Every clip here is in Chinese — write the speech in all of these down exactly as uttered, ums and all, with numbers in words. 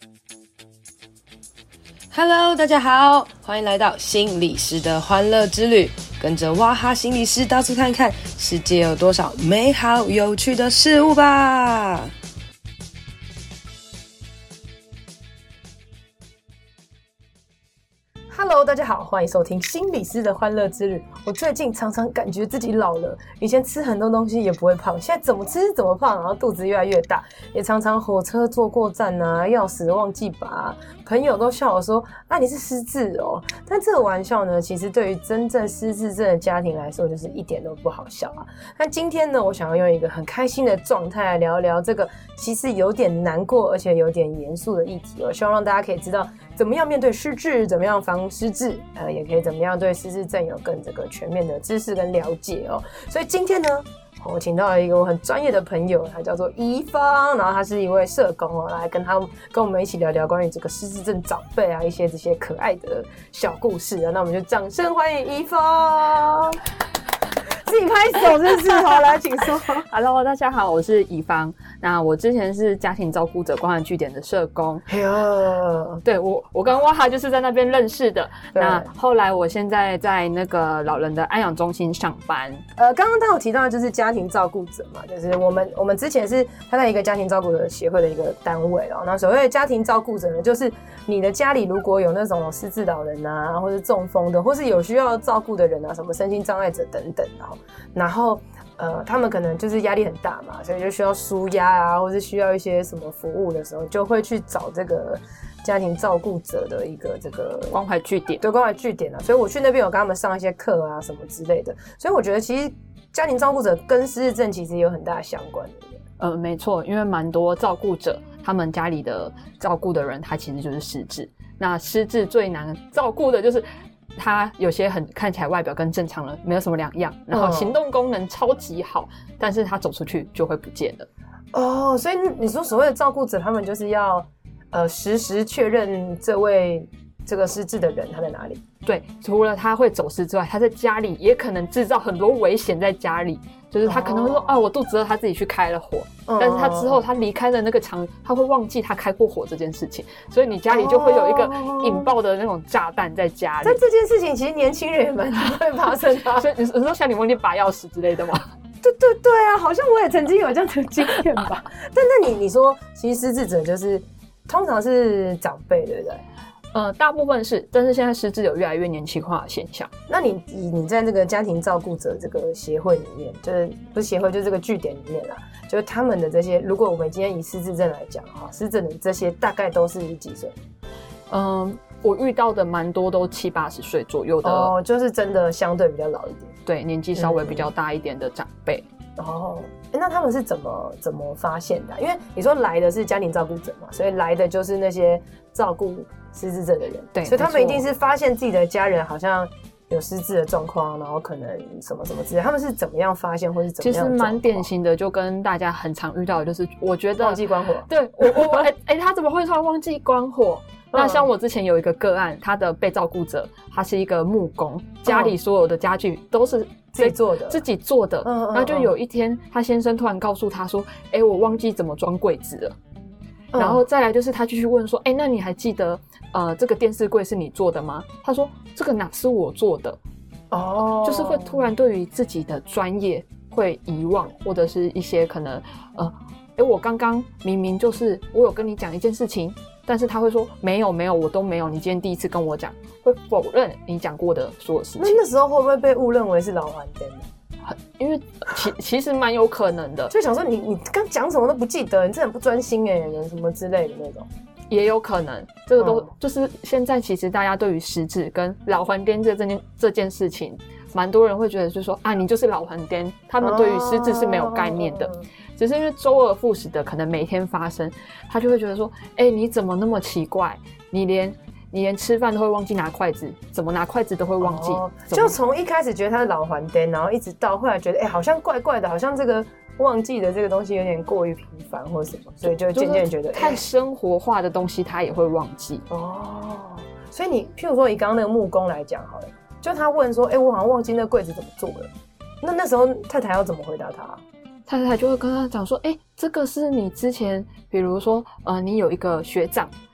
Hello， 大家好，欢迎来到心理师的欢乐之旅，跟着哇哈心理师到处看看世界有多少美好有趣的事物吧。Hello， 大家好，欢迎收听心理师的欢乐之旅。我最近常常感觉自己老了，以前吃很多东西也不会胖，现在怎么吃怎么胖，然后肚子越来越大，也常常火车坐过站啊，钥匙忘记拔，朋友都笑我说啊你是失智哦。但这个玩笑呢，其实对于真正失智症的家庭来说，就是一点都不好笑啊。那今天呢，我想要用一个很开心的状态来聊一聊这个其实有点难过而且有点严肃的议题。我希望让大家可以知道怎么样面对失智，怎么样防失智，呃，也可以怎么样对失智症有更这个全面的知识跟了解哦。所以今天呢，我请到了一个我很专业的朋友，他叫做宜芳，然后他是一位社工哦，来跟他跟我们一起聊聊关于这个失智症长辈啊一些这些可爱的小故事啊。那我们就掌声欢迎宜芳。自己拍手真是好，来请说。 Hello， 大家好，我是宜芳。那我之前是家庭照顾者关怀据点的社工。 哎呀， 对我，我跟哇哈就是在那边认识的。那后来我现在在那个老人的安养中心上班。 呃，刚刚他有提到就是家庭照顾者嘛，就是我们我们之前是他在一个家庭照顾者协会的一个单位哦。那所谓的家庭照顾者呢，就是你的家里如果有那种失智老人啊，或是中风的，或是有需要照顾的人啊，什么身心障碍者等等啊。然后呃，他们可能就是压力很大嘛，所以就需要抒压啊，或是需要一些什么服务的时候，就会去找这个家庭照顾者的一个这个关怀据点， 对，关怀据点啊。所以我去那边有跟他们上一些课啊，什么之类的。所以我觉得其实家庭照顾者跟失智症其实有很大的相关的。 呃，没错，因为蛮多照顾者，他们家里的照顾的人，他其实就是失智。那失智最难照顾的就是。他有些很看起来外表跟正常人没有什么两样，然后行动功能超级好，嗯、但是他走出去就会不见了。 哦，所以你说所谓的照顾者，他们就是要呃实时确认这位这个失智的人他在哪里？ 对，除了他会走失之外，他在家里也可能制造很多危险在家里，就是他可能会说、哦、啊我肚子饿，他自己去开了火，嗯、但是他之后他离开了那个场，他会忘记他开过火这件事情，所以你家里就会有一个引爆的那种炸弹在家里。 但这件事情其实年轻人也蛮会发生的、啊， 所以你说像你忘记拔钥匙之类的吗？ 对对对啊，好像我也曾经有这样的经验吧。但那你你说，其实失智者就是通常是长辈，对不对？ 呃，大部分是，但是现在失智有越来越年轻化的现象。 那你你你在这个家庭照顾者这个协会里面，就是不是协会，就是这个据点里面啦，就是他们的这些，如果我们今天以失智症来讲哈，失智的这些大概都是几岁？ 嗯，我遇到的蛮多都七八十岁左右的， 哦，就是真的相对比较老一点， 对，年纪稍微比较大一点的长辈。 嗯、哦，那他们是怎么怎么发现的、啊？因为你说来的是家庭照顾者嘛，所以来的就是那些照顾失智症的人， 对， 所以他们一定是发现自己的家人好像有失智的状况，然后可能什么什么之类，他们是怎么样发现，或是怎么样？ 其实蛮典型的，就跟大家很常遇到的，就是我觉得忘记关火， 对我我哎哎、欸，他怎么会突然忘记关火？那像我之前有一个个案，他的被照顾者他是一个木工，家里所有的家具都是自己做的， 自己做的。嗯嗯嗯，然后就有一天，他先生突然告诉他说：“哎、欸，我忘记怎么装柜子了。嗯”然后再来就是他继续问说：“哎、欸，那你还记得呃这个电视柜是你做的吗？”他说：“这个哪是我做的。”哦，就是会突然对于自己的专业会遗忘，或者是一些可能呃，哎、欸，我刚刚明明就是我有跟你讲一件事情。但是他会说没有没有，我都没有。你今天第一次跟我讲，会否认你讲过的所有事情。 那那时候会不会被误认为是老还灯呢？ 因为其其实蛮有可能的， 就想说你你刚讲什么都不记得，你这很不专心哎，什么之类的那种。 也有可能，这个都、嗯、就是现在其实大家对于失智跟老还癫这件这件事情，蛮多人会觉得就是说啊，你就是老还癫，他们对于失智是没有概念的。哦，只是因为周而复始的可能每天发生，他就会觉得说哎、欸，你怎么那么奇怪，你连你连吃饭都会忘记拿筷子，怎么拿筷子都会忘记。哦， 就从一开始觉得他是老还癫，然后一直到后来觉得哎、欸，好像怪怪的，好像这个忘记的这个东西有点过于频繁或什么，所以就渐渐觉得、 就是、太生活化的东西他也会忘记。 哦，所以你譬如说以刚刚那个木工来讲好了，就他问说哎、欸，我好像忘记那柜子怎么做了，那那时候太太要怎么回答他？ 太太就会跟他讲说，哎、欸，这个是你之前，比如说，呃，你有一个学长，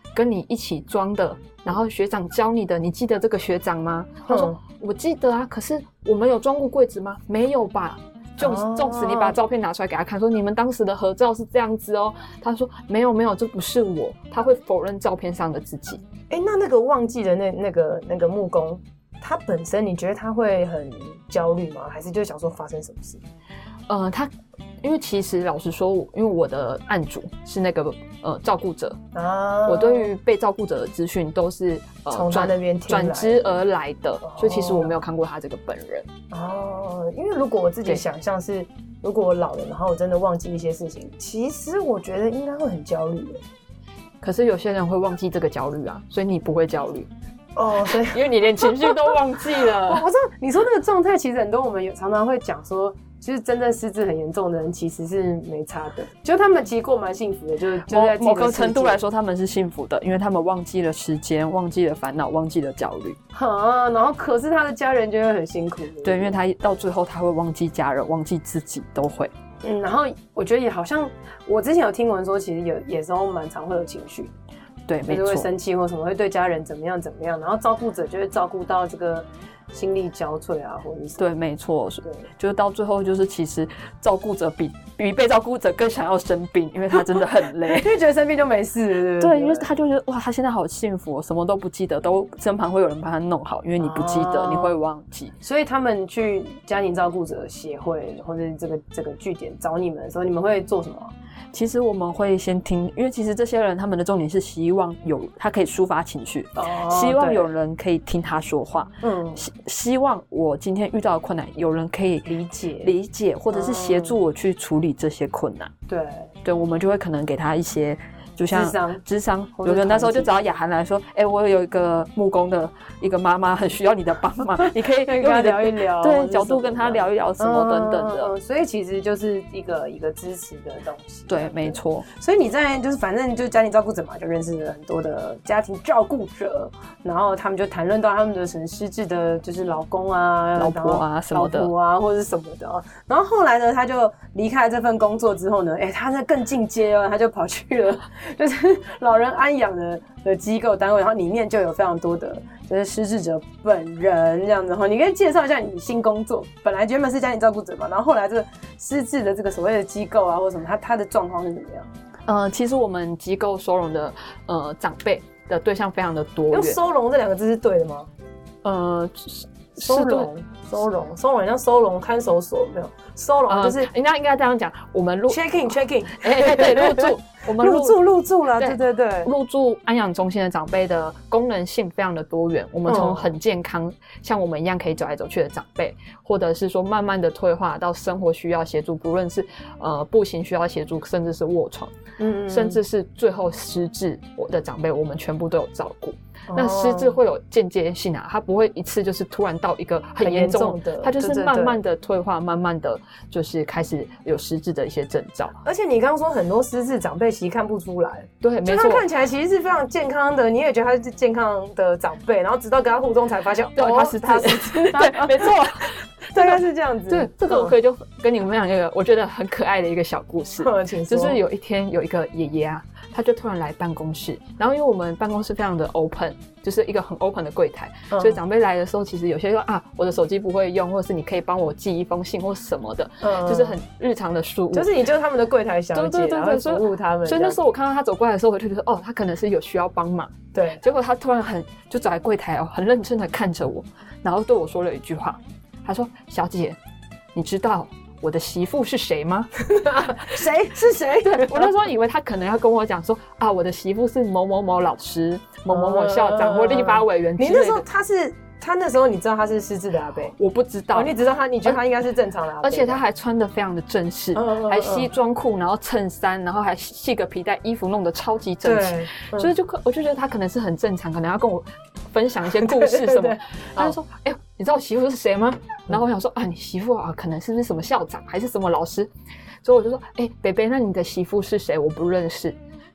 跟你一起装的，然后学长教你的，你记得这个学长吗？他说、嗯、我记得啊，可是我们有装过柜子吗？没有吧。纵纵使你把照片拿出来给他看，说你们当时的合照是这样子哦，他说没有没有，这不是我，他会否认照片上的自己。 哎、欸，那那个忘记的那那个那个木工，他本身你觉得他会很焦虑吗？还是就想说发生什么事？ 呃，他因为其实老实说，因为我的案主是那个呃照顾者啊，我对于被照顾者的资讯都是呃从他那边转知而来的、哦，所以其实我没有看过他这个本人。 哦，因为如果我自己想象是，如果我老了，然后我真的忘记一些事情，其实我觉得应该会很焦虑的。 可是有些人会忘记这个焦虑啊，所以你不会焦虑。 哦，对， 因为你连情绪都忘记了。 我知道你说那个状态，其实很多我们有常常会讲说，其实真正失智很严重的人其实是没差的，就他们其实过蛮幸福的，就是就在某个程度来说他们是幸福的，因为他们忘记了时间，忘记了烦恼，忘记了焦虑。 哈，然后可是他的家人就会很辛苦。 对，因为他到最后他会忘记家人，忘记自己都会。 嗯，然后我觉得也好像我之前有听闻说，其实有有时候蛮常会有情绪。 对，没错， 就是会生气或什么，会对家人怎么样怎么样，然后照顾者就会照顾到这个心力交瘁啊，或者是对，没错，对，就是到最后就是其实照顾者比比被照顾者更想要生病，因为他真的很累， 因为觉得生病就没事了，对不对？ 对，因为他就觉得哇，他现在好幸福，什么都不记得，都身旁会有人帮他弄好，因为你不记得，哦、你会忘记。 所以他们去家庭照顾者协会或者这个这个据点找你们的时候，你们会做什么？ 其实我们会先听，因为其实这些人他们的重点是希望有他可以抒发情绪，哦、希望有人可以听他说话，嗯，希希望我今天遇到的困难有人可以理解理解，或者是协助我去处理这些困难。 对、嗯， 对，我们就会可能给他一些。就像諮商，諮商，有人那时候就找雅涵来说，哎、欸，我有一个木工的一个媽媽很需要你的幫忙，你可以跟他聊一聊， 对角度跟他聊一聊什麼等等的、 嗯，所以其實就是一個一個支持的東西。 對，沒錯。 所以你在就是反正就家庭照顧者嘛，就認識了很多的家庭照顧者，然後他們就談論到他們的神失智的，就是老公啊、 老婆啊什麼的， 老婆啊或者是什麼的。然後後來呢，他就離開了這份工作之後呢，哎、欸，他在更進階哦，他就跑去了。就是老人安養 的, 的機構單位，然後裡面就有非常多的就是失智者本人這樣子。然後你可以介紹一下你新工作，本來原本是家庭照顧者嘛，然後後來這個失智的這個所謂的機構啊，或什麼，它它的狀況是怎麼樣？ 呃，其實我們機構收容的呃長輩的對象非常的多元。 用收容這兩個字是對的嗎？ 呃， 收容，收容，收容，很像收容看守所，沒有收容就是、 呃、應該應該這樣講，我們入 check in check in， 哎哎對，入住。我們入住入住了，對對對， 入住安養中心的長輩的功能性非常的多元。我們從很健康、嗯，像我們一樣可以走來走去的長輩，或者是說慢慢的退化到生活需要協助，不論是呃步行需要協助，甚至是臥床，嗯，甚至是最後失智的長輩，我們全部都有照顧。哦、那失智會有間接性啊，它不會一次就是突然到一個很嚴重的，它就是慢慢的退化，對對對，慢慢的就是開始有失智的一些徵兆。 而且你剛剛說很多失智長輩其實看不出來， 對，沒錯， 就他看起來其實是非常健康的，你也覺得他是健康的長輩，然後直到跟他互動才發現， 對， 哦， 他失智，他失智，對，沒錯。 大概是這樣子。 對，這個我可以就跟你們分享一個我覺得很可愛的一個小故事。就是有一天有一個爺爺啊，他就突然來辦公室，然後因為我們辦公室非常的 open， 就是一個很 open 的櫃檯，嗯，所以長輩來的時候，其實有些說啊，我的手機不會用，或者是你可以幫我寄一封信或什麼的，嗯，就是很日常的事務。就是你就是他們的櫃檯小姐，對對對對，然後服務他們。所以那時候我看到他走過來的時候，我就覺得哦，他可能是有需要幫忙。對，結果他突然很就走來櫃檯哦，很認真的看着我，然後對我說了一句話，他說：“小姐，你知道我的媳婦是誰嗎？” 誰是誰？ 對，我那時候以為他可能要跟我講說啊，我的媳婦是某某某老師、某某某校長或立法委員之類的。 你那時候他是他那時候你知道他是失智的阿伯？ 我不知道， 哦，你只知道他，你覺得他應該是正常的阿伯， 而且他還穿得非常的正式，嗯、還西裝褲，然後襯衫，然後還繫個皮帶，衣服弄得超級整齊，嗯，所以就我就覺得他可能是很正常，可能要跟我分享一些故事什麼。對對對，他就說：“哎，你知道我媳婦是誰嗎？”然後我想說：“啊，你媳婦啊，可能是不是什麼校長，還是什麼老師？”所以我就說：“哎，北北，那你的媳婦是誰？我不認識。”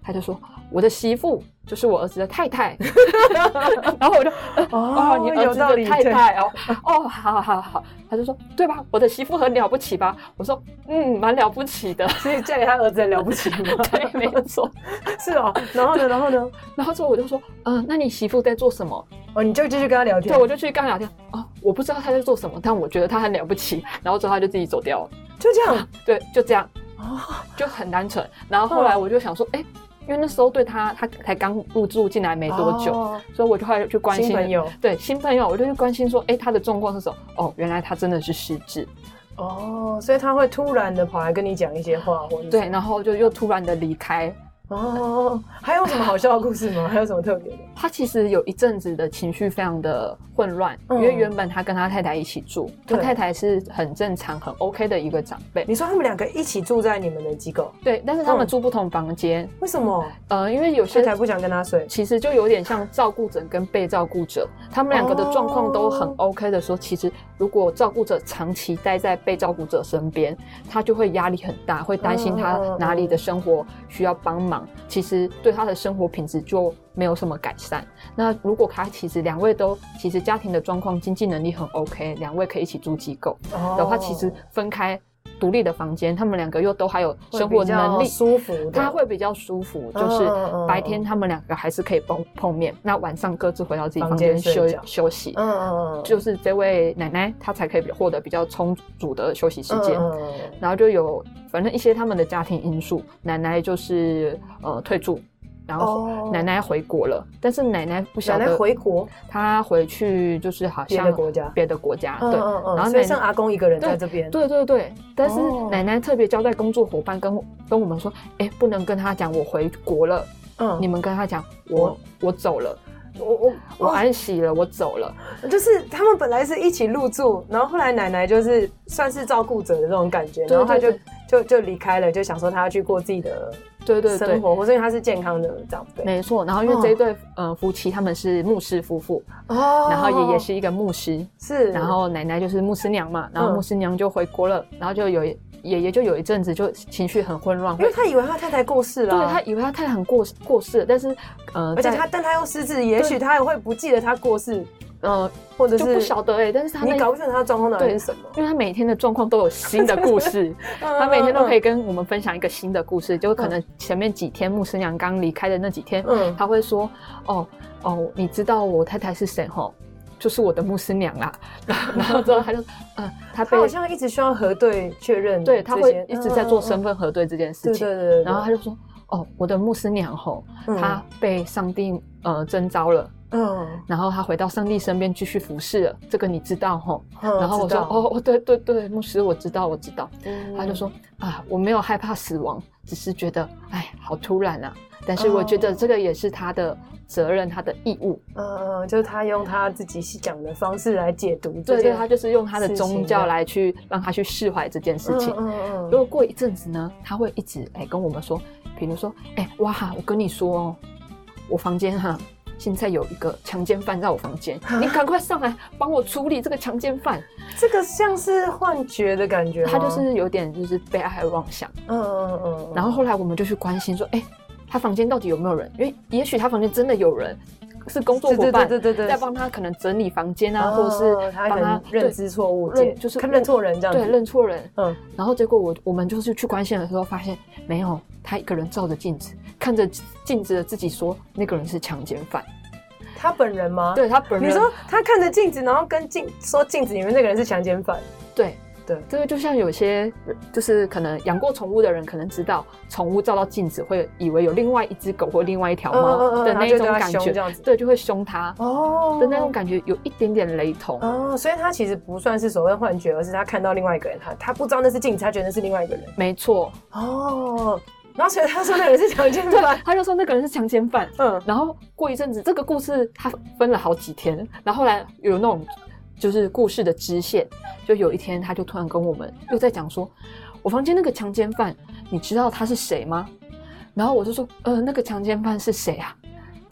他就说我的媳妇就是我儿子的太太，然后我就呃、哦, 哦，你儿子的太太哦，哦，好好好好，他就说对吧？我的媳妇很了不起吧？我说嗯，蛮了不起的， 所以嫁给他儿子很了不起吗？ 对，没有错， 是哦。然后呢，然后呢， 然后之后我就说，嗯、呃，那你媳妇在做什么？ 哦，你就继续跟他聊天。 对，我就去跟他聊天。哦，我不知道他在做什么，但我觉得他很了不起。然后之后他就自己走掉了， 就这样， 对，就这样， 哦， 就很单纯。然后后来我就想说，哎、嗯。因为那时候对他，他才刚入住进来没多久，哦、所以我就会去关心新朋友， 对新朋友，我就去关心说，哎，他的状况是什么？哦，原来他真的是失智。 哦，所以他会突然的跑来跟你讲一些话，或者对，然后就又突然的离开。 哦，还有什么好笑的故事吗？还有什么特别的？ 他其实有一阵子的情绪非常的混乱，嗯、因为原本他跟他太太一起住，他太太是很正常、很 OK 的一个长辈。 你说他们两个一起住在你们的机构？ 对，但是他们住不同房间。嗯、 为什么？ 呃，因为有些太太不想跟他睡， 其实就有点像照顾者跟被照顾者，他们两个的状况都很 OK 的时候，哦、其实如果照顾者长期待在被照顾者身边，他就会压力很大，会担心他哪里的生活需要帮忙。其实对他的生活品质就没有什么改善。那如果他其实两位都其实家庭的状况、经济能力很 OK， 两位可以一起住机构的话，其实分开独立的房间，他们两个又都还有生活能力， 舒服的， 他会比较舒服。就是白天他们两个还是可以碰碰面，那晚上各自回到自己房间休休息。嗯嗯嗯，就是这位奶奶她才可以获得比较充足的休息时间。嗯嗯，然后就有反正一些他们的家庭因素，奶奶就是呃退住。然后奶奶回国了，哦、但是奶奶不晓得。 奶奶回国， 她回去就是好像别的国家， 别的国家，对。 嗯嗯嗯，然后所以剩阿公一个人在这边。 对对 对, 对，但是奶奶特别交代工作伙伴跟跟我们说，哎，不能跟他讲我回国了，嗯，你们跟他讲我我走了。我我我安息了，我走了。 就是他们本来是一起入住，然后后来奶奶就是算是照顾者的这种感觉，然后他就就就离开了，就想说他要去过自己的对对生活，或者因为他是健康的长辈。 没错，然后因为这一对、哦、呃夫妻他们是牧师夫妇，哦，然后爷爷是一个牧师， 是， 然后奶奶就是牧师娘嘛，然后牧师娘就回国了，嗯、然后就有爷爷就有一阵子就情绪很混乱， 因为他以为他太太过世了、啊， 对他以为他太太很过过世了，但是呃， 而且他但他又失智，也许他也会不记得他过世。呃，或者是就不晓得哎、欸，但是他你搞不清楚他的状况到底是什么， 因为他每天的状况都有新的故事，他每天都可以跟我们分享一个新的故事，就可能前面几天牧师娘刚离开的那几天，嗯，他会说，哦哦，你知道我太太是谁吼？就是我的牧师娘啦，然后之后他就，嗯，他他好像一直需要核对确认， 对，他会一直在做身份核对这件事情， 对对对， 然后他就说，哦，我的牧师娘吼，她被上帝呃征召了。嗯，然后他回到上帝身边继续服侍了，这个你知道齁？嗯、然后我说哦，对对对，牧师我知道我知道。嗯、他就说啊，我没有害怕死亡，只是觉得哎，好突然啊。但是我觉得这个也是他的责任，他的义务。 嗯，就是他用他自己讲的方式来解读这件事情。 对对，他就是用他的宗教来去让他去释怀这件事情。嗯嗯嗯。如果过一阵子呢，他会一直哎跟我们说，比如说哎哇哈，我跟你说哦，我房间哈。现在有一个强奸犯在我房间，你赶快上来帮我处理这个强奸犯。 这个像是幻觉的感觉吗？ 他就是有点就是被害妄想。嗯嗯嗯。然后后来我们就去关心说，哎、欸，他房间到底有没有人？因为也许他房间真的有人，是工作伙伴，对对对对，在帮他可能整理房间啊，哦、或者是帮他认知错误， 认就是看认错人这样子。 对，认错人。嗯。然后结果我我们就是去关心的时候发现没有，他一个人照着镜子，看着镜子的自己说那个人是强奸犯。 他本人吗？ 对，他本人。 你说他看着镜子，然后跟镜说镜子里面那个人是强奸犯。 对对， 这个就像有些就是可能养过宠物的人可能知道，宠物照到镜子会以为有另外一只狗或另外一条猫的那种感觉， 嗯嗯嗯、 对，就会凶它哦的那种感觉有一点点雷同哦，所以他其实不算是所谓幻觉，而是他看到另外一个人，他他不知道那是镜子，他觉得那是另外一个人。 没错哦。然后所以他说那个人是强奸犯， 他就说那个人是强奸犯。嗯，然后过一阵子，这个故事他分了好几天，然后后来有那种就是故事的支线，就有一天他就突然跟我们又在讲说，我房间那个强奸犯，你知道他是谁吗？然后我就说，呃，那个强奸犯是谁啊？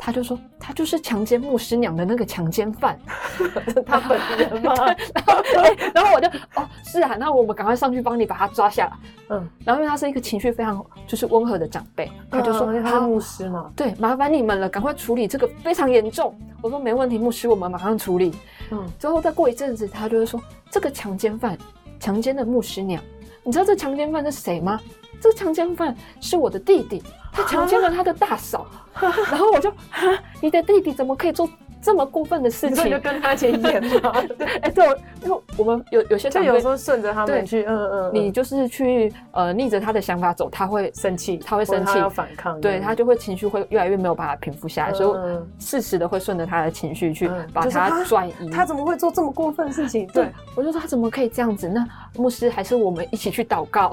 他就说他就是强奸牧师娘的那个强奸犯， 他本人吗？ 然后、欸、然后我就哦是啊，那我们赶快上去帮你把他抓下来。嗯，然后因为他是一个情绪非常就是温和的长辈，他就说、 嗯、他是牧师嘛， 对，麻烦你们了，赶快处理这个非常严重。我说没问题，牧师，我们马上处理。嗯，之后再过一阵子，他就会说这个强奸犯强奸的牧师娘，你知道这强奸犯是谁吗？这个强奸犯是我的弟弟，他强奸了他的大嫂。然后我就哈，你的弟弟怎么可以做这么过分的事情？ 你就跟他一起演嘛。 哎、欸，对，因为我们有有些长辈就有时候顺着他们去，嗯 嗯, 嗯， 你就是去呃逆着他的想法走，他会生气， 他会生气， 他要反抗， 对他就会情绪会越来越没有办法平复下来，嗯、所以适时的会顺着他的情绪去把他转移、嗯他。他怎么会做这么过分的事情？ 对，对我就说他怎么可以这样子？那牧师还是我们一起去祷告。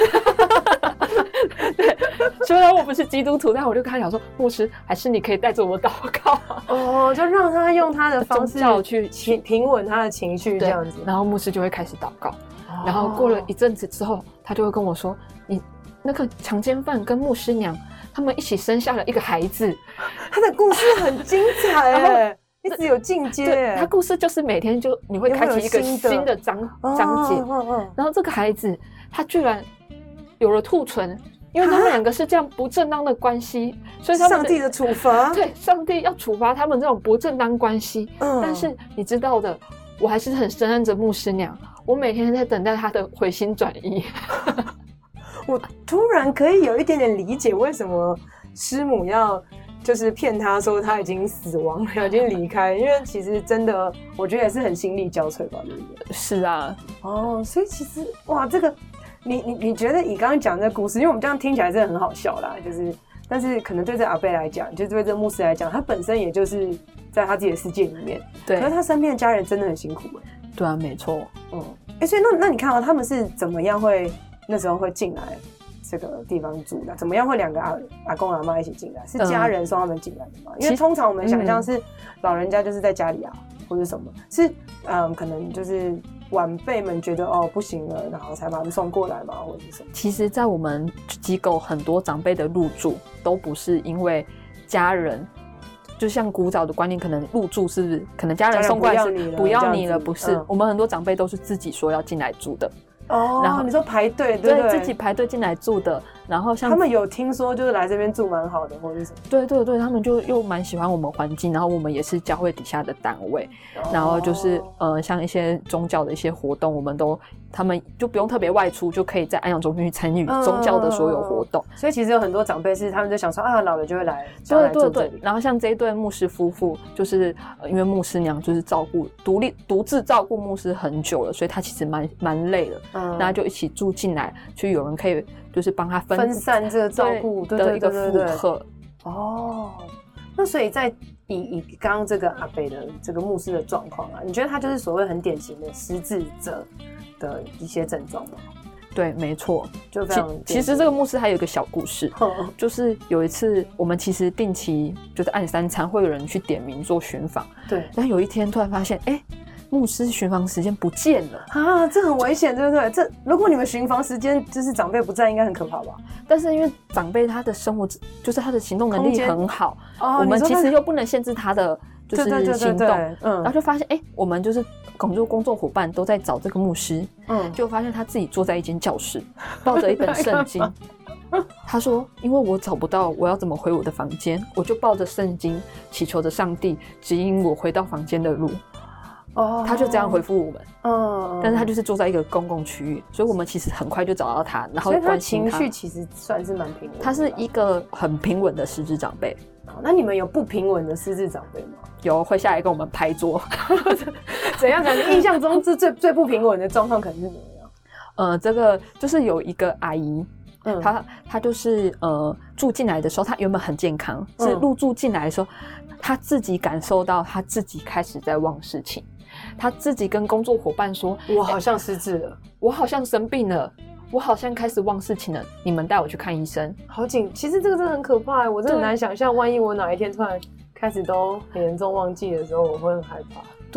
对，虽然我不是基督徒，但我就跟他讲说，牧师，还是你可以带着我祷告。 哦，就让他用他的方式去平稳他的情绪，这样子。 然后牧师就会开始祷告。哦、然后过了一阵子之后，他就会跟我说，你那个强奸犯跟牧师娘他们一起生下了一个孩子。 他的故事很精彩哎。一直有进阶， 他故事就是每天就你会开启一个新的章章节，然后这个孩子他居然有了兔唇，因为他们两个是这样不正当的关系，所以他们上帝的处罚， 对，上帝要处罚他们这种不正当关系。嗯，但是你知道的，我还是很深爱着牧师娘，我每天在等待他的回心转意。 我突然可以有一点点理解为什么师母要。就是骗他说他已经死亡了，已经离开，因为其实真的，我觉得也是很心力交瘁吧，对不对？ 是啊， 哦，所以其实哇，这个你你你觉得你刚刚讲这个故事，因为我们这样听起来真的很好笑啦，就是，但是可能对这阿伯来讲，就对这牧师来讲，他本身也就是在他自己的世界里面， 对， 可是他身边的家人真的很辛苦哎。 对啊，没错， 嗯，哎、欸，所以那那你看到、喔、他们是怎么样会那时候会进来？这个地方住的怎么样？会两个阿阿公阿妈一起进来？是家人送他们进来的吗？嗯、因为通常我们想象是老人家就是在家里啊，嗯、或者什么，是嗯，可能就是晚辈们觉得哦不行了，然后才把他们送过来嘛，或者是什么。 其实，在我们机构很多长辈的入住都不是因为家人。就像古早的观念，可能入住是不是可能家人送过来是不要你了，不是、嗯？我们很多长辈都是自己说要进来住的。 哦，然后你说排队，对不对？ 对，自己排队进来住的。然后像他们有听说就是来这边住蛮好的，或者是什么？ 对对对，他们就又蛮喜欢我们环境，然后我们也是教会底下的单位，哦、然后就是呃像一些宗教的一些活动，我们都他们就不用特别外出，就可以在安养中心去参与宗教的所有活动。 嗯、所以其实有很多长辈是他们就想说啊，老了就会来， 对对对。然后像这一对牧师夫妇，就是呃因为牧师娘就是照顾独立独自照顾牧师很久了，所以他其实蛮蛮累的，嗯，那就一起住进来，就有人可以就是帮他分分散这个照顾的一个负荷。 哦，那所以在以以刚刚这个阿伯的这个牧师的状况啊，你觉得他就是所谓很典型的失智者的一些症状吗？ 对，没错， 就非常其。其实这个牧师还有一个小故事，就是有一次我们其实定期就是按三餐会有人去点名做巡访， 对。 但有一天突然发现，哎、欸，牧师巡访时间不见了啊，这很危险，对不对？这如果你们巡访时间就是长辈不在，应该很可怕吧？ 但是因为长辈他的生活就是他的行动能力很好，哦、我们其实又不能限制他的。就是行动，嗯，然后就发现，哎、欸，我们就是工作工作伙伴都在找这个牧师，嗯，就发现他自己坐在一间教室，抱着一本圣经。他说：“因为我找不到我要怎么回我的房间，我就抱着圣经，祈求着上帝指引我回到房间的路。”哦，他就这样回复我们，嗯，但是他就是坐在一个公共区域，所以我们其实很快就找到他，然后关心他。 情绪其实算是蛮平稳的。 他是一个很平稳的失智长辈。 那你们有不平稳的失智长辈吗？ 有，会下来跟我们拍桌。 怎样讲？印象中是最最不平稳的状况可能是怎么样？ 呃，这个就是有一个阿姨，嗯，她她就是呃住进来的时候，她原本很健康，是入住进来的时候，她自己感受到她自己开始在忘事情，她自己跟工作伙伴说：“ 我好像失智了， 我好像生病了。”我好像开始忘事情了，你们带我去看医生。 好紧，其实这个真的很可怕，我真的很难想象，万一我哪一天突然开始都很严重忘记的时候，我会很害怕。 对，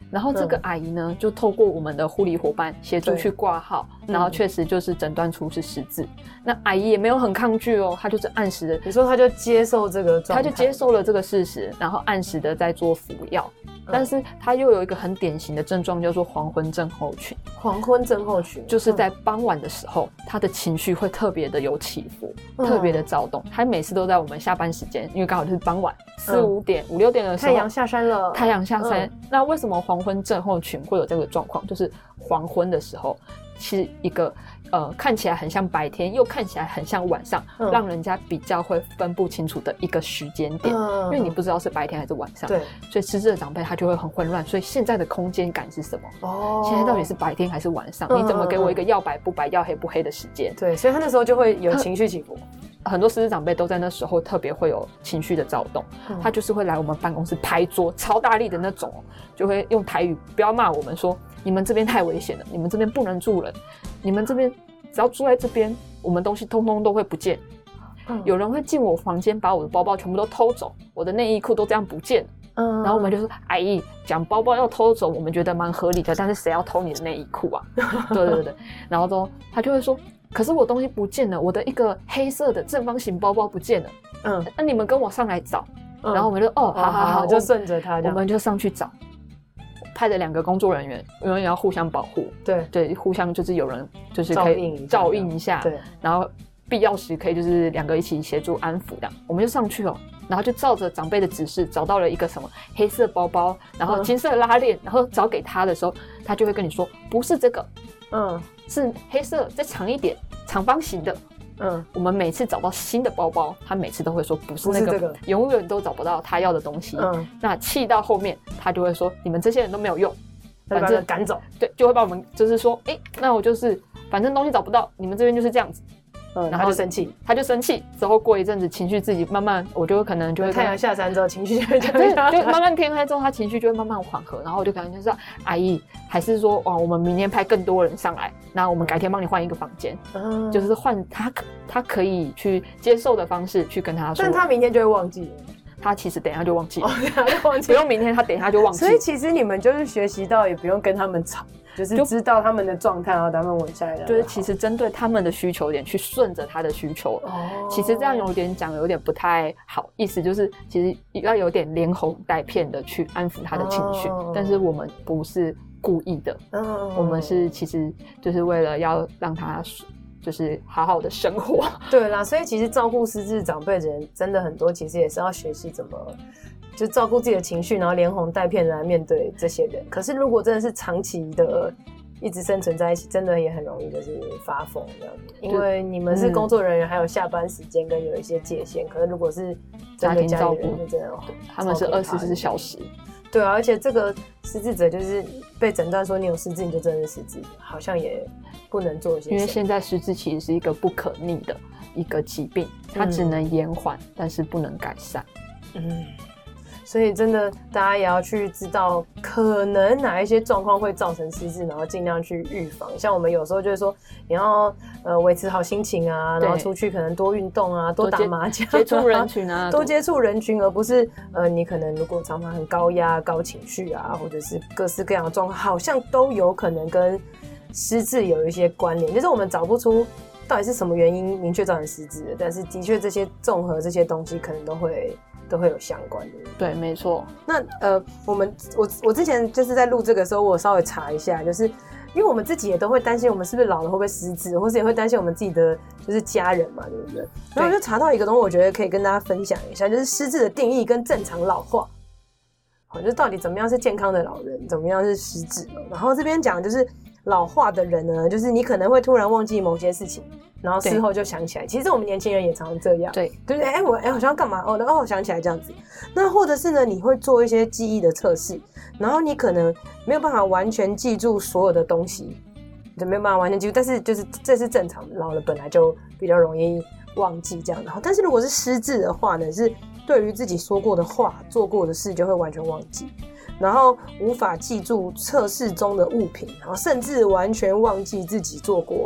然后这个阿姨呢，就透过我们的护理伙伴协助去挂号，然后确实就是诊断出是失智。那阿姨也没有很抗拒哦，她就是按时的， 你说她就接受这个状态， 她就接受了这个事实，然后按时的在做服药。但是她又有一个很典型的症状，叫做黄昏症候群。 黄昏症候群就是在傍晚的时候，她的情绪会特别的有起伏，嗯、特别的躁动。她每次都在我们下班时间，因为刚好就是傍晚四五点、五六点的时候， 太阳下山了。 太阳下山。嗯、那为什么黄昏症候群会有这个状况？就是黄昏的时候是一个呃看起来很像白天，又看起来很像晚上，嗯、让人家比较会分不清楚的一个时间点。嗯、因为你不知道是白天还是晚上，对，所以失智的长辈他就会很混乱。所以现在的空间感是什么？哦，现在到底是白天还是晚上？嗯、你怎么给我一个要白不白、要黑不黑的时间？ 对，所以他那时候就会有情绪起伏。 很多失智长辈都在那时候特别会有情绪的躁动，嗯、他就是会来我们办公室拍桌，超大力的那种，就会用台语不要骂我们说，你们这边太危险了，你们这边不能住人，你们这边只要住在这边，我们东西通通都会不见。嗯、有人会进我房间，把我的包包全部都偷走，我的内衣裤都这样不见了。嗯、然后我们就说，阿姨讲包包要偷走，我们觉得蛮合理的，但是谁要偷你的内衣裤啊？对对对，然后都他就会说。可是我东西不见了，我的一个黑色的正方形包包不见了。嗯，那你们跟我上来找。嗯、然后我们就哦，好好好， 就顺着他， 我们就上去找。派的两个工作人员，因为要互相保护。 对对， 互相就是有人就是可以照应一下。对，然后必要时可以就是两个一起协助安抚的。我们就上去哦，然后就照着长辈的指示找到了一个什么黑色包包，然后金色拉链，嗯、然后找给他的时候，他就会跟你说不是这个。嗯，是黑色再长一点长方形的。嗯，我们每次找到新的包包，他每次都会说不是那个，不是这个，永远都找不到他要的东西。嗯，那气到后面他就会说你们这些人都没有用， 反正赶走。 对，就会把我们就是说哎、欸，那我就是反正东西找不到，你们这边就是这样子。 嗯，然后他就生气， 他就生气之后过一阵子情绪自己慢慢，我就可能就会太阳下山之后情绪就会降下，就慢慢天黑之后他情绪就会慢慢缓和，然后我就可能就说阿姨还是说哇我们明天派更多人上来，那我们改天帮你换一个房间，嗯，就是换他他可以去接受的方式去跟他说， 但他明天就会忘记了。 他其实等一下就忘记了， 哦、就忘记不用明天，他等一下就忘记了。 所以其实你们就是学习到，也不用跟他们吵，就是知道他们的状态，然后他们稳下来的。 就是其实针对他们的需求点去顺着他的需求。哦，其实这样有点讲有点不太好，意思就是其实要有点连哄带骗的去安抚他的情绪，哦、但是我们不是故意的，哦、我们是其实就是为了要让他。就是好好的生活， 对啦，所以其实照顾失智长辈的人真的很多，其实也是要学习怎么就照顾自己的情绪，然后连哄带骗的来面对这些人。可是如果真的是长期的一直生存在一起，真的也很容易就是发疯这样子，因为你们是工作人员，还有下班时间跟有一些界限。嗯、可是如果是家庭照顾， 就真的他们是二十四小时。 对啊，而且这个失智者就是被诊断说你有失智，你就真的是失智，好像也不能做一些。 因为现在失智其实是一个不可逆的一个疾病，它只能延缓，嗯、但是不能改善。 嗯，所以真的大家也要去知道，可能哪一些状况会造成失智，然后尽量去预防。像我们有时候就是说，你要呃维持好心情啊，然后出去可能多运动啊，多打麻将， 接触人群啊， 多接触人群，而不是呃你可能如果常常很高压、高情绪啊，或者是各式各样的状况，好像都有可能跟失智有一些关联。就是我们找不出到底是什么原因明确造成失智的，但是的确这些综合这些东西可能都会。都会有相关的。 对，没错。 那呃，我们我我之前就是在录这个时候，我稍微查一下，就是因为我们自己也都会担心，我们是不是老了会不会失智，或是也会担心我们自己的就是家人嘛，对不对？然后我就查到一个东西，我觉得可以跟大家分享一下，就是失智的定义跟正常老化。好，就是到底怎么样是健康的老人，怎么样是失智。然后这边讲就是老化的人呢，就是你可能会突然忘记某些事情。然后事后就想起来，其实我们年轻人也常常这样，对对不对？哎，我哎好像要干嘛哦，然后我想起来这样子。那或者是呢，你会做一些记忆的测试，然后你可能没有办法完全记住所有的东西，就没有办法完全记住，但是就是这是正常的，老了本来就比较容易忘记这样的。但是如果是失智的话呢，是对于自己说过的话、做过的事就会完全忘记，然后无法记住测试中的物品，然后甚至完全忘记自己做过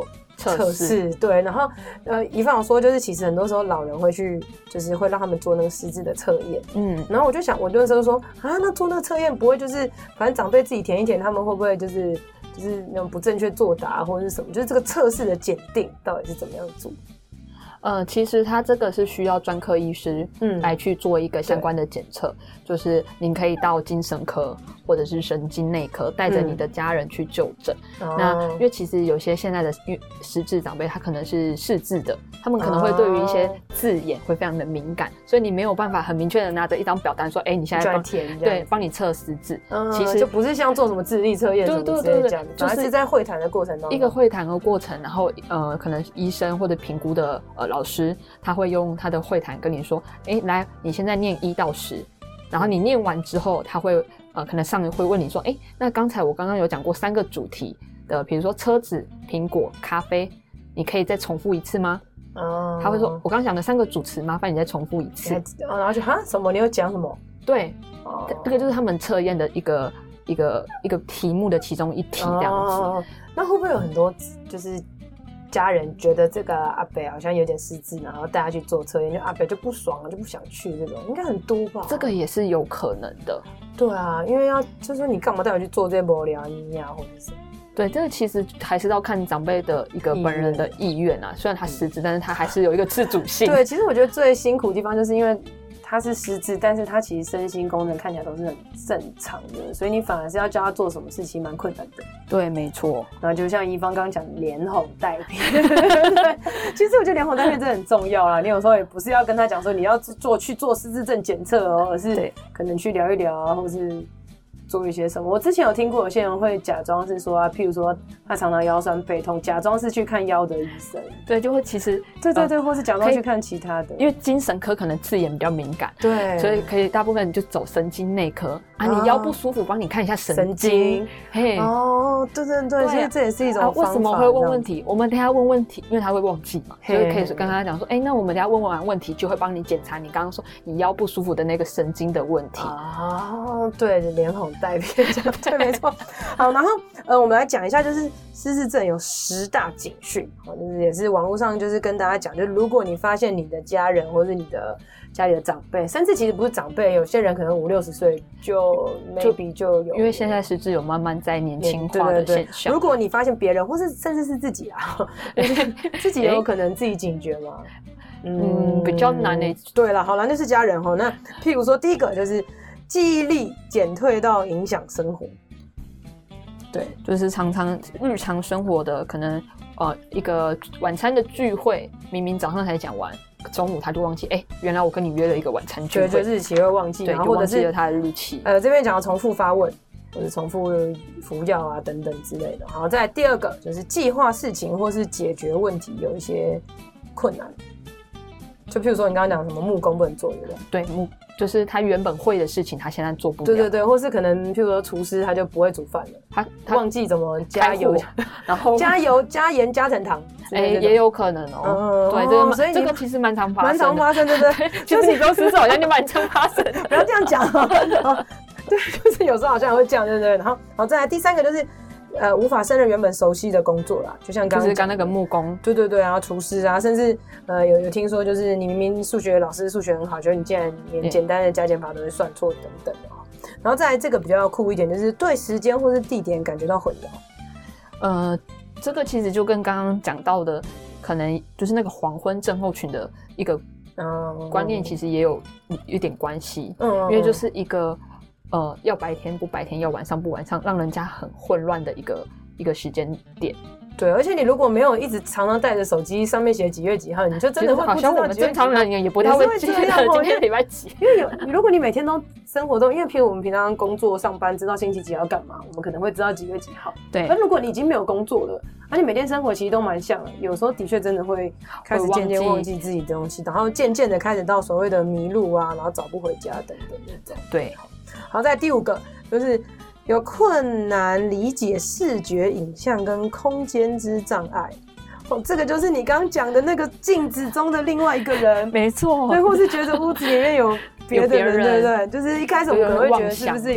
测试，对，然后呃，怡芳说就是其实很多时候老人会去，就是会让他们做那个失智的测验，嗯，然后我就想，我那时候说啊，那做那个测验不会就是反正长辈自己填一填，他们会不会就是就是那种不正确作答或者是什么？就是这个测试的检定到底是怎么样做？ 呃，其实它这个是需要专科医师来去做一个相关的检测，嗯、就是您可以到精神科或者是神经内科，带着你的家人去就诊。嗯、那因为其实有些现在的失智长辈，他可能是识字的，他们可能会对于一些字眼会非常的敏感，所以你没有办法很明确的拿着一张表单说，哎、欸，你现在帮填， 对，帮你测失智。 嗯、其实就不是像做什么智力测验什么之类的这样子，就是是在会谈的过程当中， 一个会谈的过程，然后呃，可能医生或者评估的呃。老师他会用他的会谈跟你说，哎，来，你现在念一到十，然后你念完之后，他会呃，可能上面会问你说，哎，那刚才我刚刚有讲过三个主题的，比如说车子、苹果、咖啡，你可以再重复一次吗？哦，他会说，我刚刚讲的三个主词，麻烦你再重复一次。 哦、然后就哈什么？你有讲什么？ 对，哦、这个就是他们测验的一个一个一个题目的其中一题这样子。 哦、那会不会有很多就是？家人觉得这个阿伯好像有点失智，然后带他去做测验，就阿伯就不爽了，就不想去，这种应该很多吧？ 这个也是有可能的。 对啊，因为要就是说你干嘛带我去做这些无聊你呀，或者是对，这个其实还是要看长辈的一个本人的意愿啊。虽然他失智，但是他还是有一个自主性。 对，其实我觉得最辛苦的地方就是因为他是失智，但是他其实身心功能看起来都是很正常的，所以你反而是要教他做什么事情蛮困难的。 对，没错。 然后就像怡芳刚刚讲连哄带骗，对，其实我觉得连哄带骗真的很重要啦。你有时候也不是要跟他讲说你要做去做失智症检测哦，而是可能去聊一聊啊，或是做一些什么。我之前有听过有些人会假装是说啊，譬如说他常常腰酸背痛，假装是去看腰的医生。 对，就会其实对对对，呃、或是假装去看其他的。 因为精神科可能字眼比较敏感， 对， 所以可以大部分就走神经内科啊。你腰不舒服，帮你看一下神经。神经嘿，哦，对对对，所以这也是一种方法。 啊、为什么会问问题？我们等一下问问题，因为他会忘记嘛，所以可以跟他讲说，哎、欸，那我们等一下问完问题，就会帮你检查你刚刚说你腰不舒服的那个神经的问题。 哦，对，连哄带骗这样。对，没错。好，然后呃，我们来讲一下，就是失智症有十大警讯，就是也是网络上就是跟大家讲，就是如果你发现你的家人或是你的家里的长辈，甚至其实不是长辈，有些人可能五六十岁就 maybe 就有， 因为现在失智有慢慢在年轻化的现象。 如果你发现别人，或是甚至是自己啊，自己也有可能自己警觉嘛。 嗯，比较难诶、欸。 对啦，好啦，那是家人齁。那譬如说，第一个就是记忆力减退到影响生活。 对，就是常常日常生活的可能，呃，一个晚餐的聚会，明明早上才讲完，中午他就忘记，哎、欸，原来我跟你约了一个晚餐聚会， 对，就日期会忘记， 对， 然后或者是了他的日期。 呃，这边讲到重复发问，或者重复服药啊等等之类的。好，再来第二个就是计划事情或是解决问题有一些困难。就譬如说你刚刚讲什么木工不能做，对不对？ 对，木就是他原本会的事情，他现在做不了。 对对对，或是可能譬如说厨师他就不会煮饭了，他他忘记怎么加油， 然后加油、加盐、加成糖， 哎、欸，也有可能哦。嗯，对，这个所以这个其实蛮常发生， 蛮常发生，对不对？ 就是你说失智好像就蛮常发生的， 不要这样讲哦。对，就是有时候好像会这样，对不对？然后，然后再来第三个就是。呃，无法胜任原本熟悉的工作啦，就像刚刚就是刚那个木工， 对对对，然后厨师啊，甚至呃有有听说，就是你明明数学老师数学很好，就是你竟然连简单的加减法都会算错等等的哈。然后再来这个比较酷一点，就是对时间或是地点感觉到混淆。呃， 这个其实就跟刚刚讲到的，可能就是那个黄昏症候群的一个嗯观念，其实也有有点关系，嗯，因为就是一个。呃，要白天不白天，要晚上不晚上，让人家很混乱的一个一个时间点。 对，而且你如果没有一直常常带着手机，上面写几月几号，你就真的会不知道。 好像我们正常人也不太会记得今天礼拜几。 因为有，如果你每天都生活中，因为譬如我们平常工作上班，知道星期几要干嘛，我们可能会知道几月几号。 对。 但如果你已经没有工作了，而且每天生活其实都蛮像的，有时候的确真的会开始渐渐忘记自己的东西，然后渐渐的开始到所谓的迷路啊，然后找不回家等等那种。 对。 好，再来第五个就是有困难理解视觉影像跟空间之障碍。哦，这个就是你刚刚讲的那个镜子中的另外一个人， 没错。 对，或是觉得屋子里面有别的人，对不对？就是一开始我们可能会觉得是不是有